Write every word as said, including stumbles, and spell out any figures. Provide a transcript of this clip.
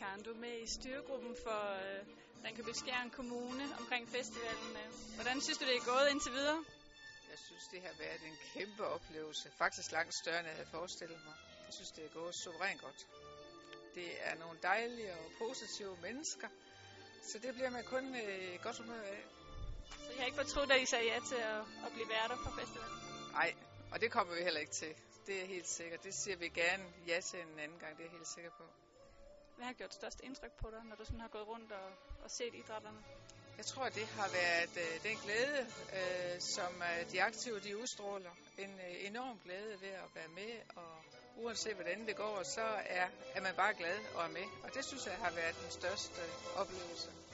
Karen, du er med i styregruppen for øh, Ringkøbing Skjern Kommune omkring festivalen. Hvordan synes du, det er gået indtil videre? Jeg synes, det har været en kæmpe oplevelse. Faktisk langt større, end jeg havde forestillet mig. Jeg synes, det er gået suverænt godt. Det er nogle dejlige og positive mennesker, så det bliver man kun øh, godt humør af. Så I har ikke fortrudt, at I sagde ja til at, at blive værter på festivalen? Nej, og det kommer vi heller ikke til. Det er helt sikkert. Det siger vi gerne ja til en anden gang, det er jeg helt sikker på. Hvad har gjort størst indtryk på dig, når du sådan har gået rundt og, og set idrætterne? Jeg tror, det har været øh, den glæde, øh, som øh, de aktive de udstråler. En øh, enorm glæde ved at være med, og uanset hvordan det går, så er, er man bare glad og er med. Og det synes jeg har været den største oplevelse.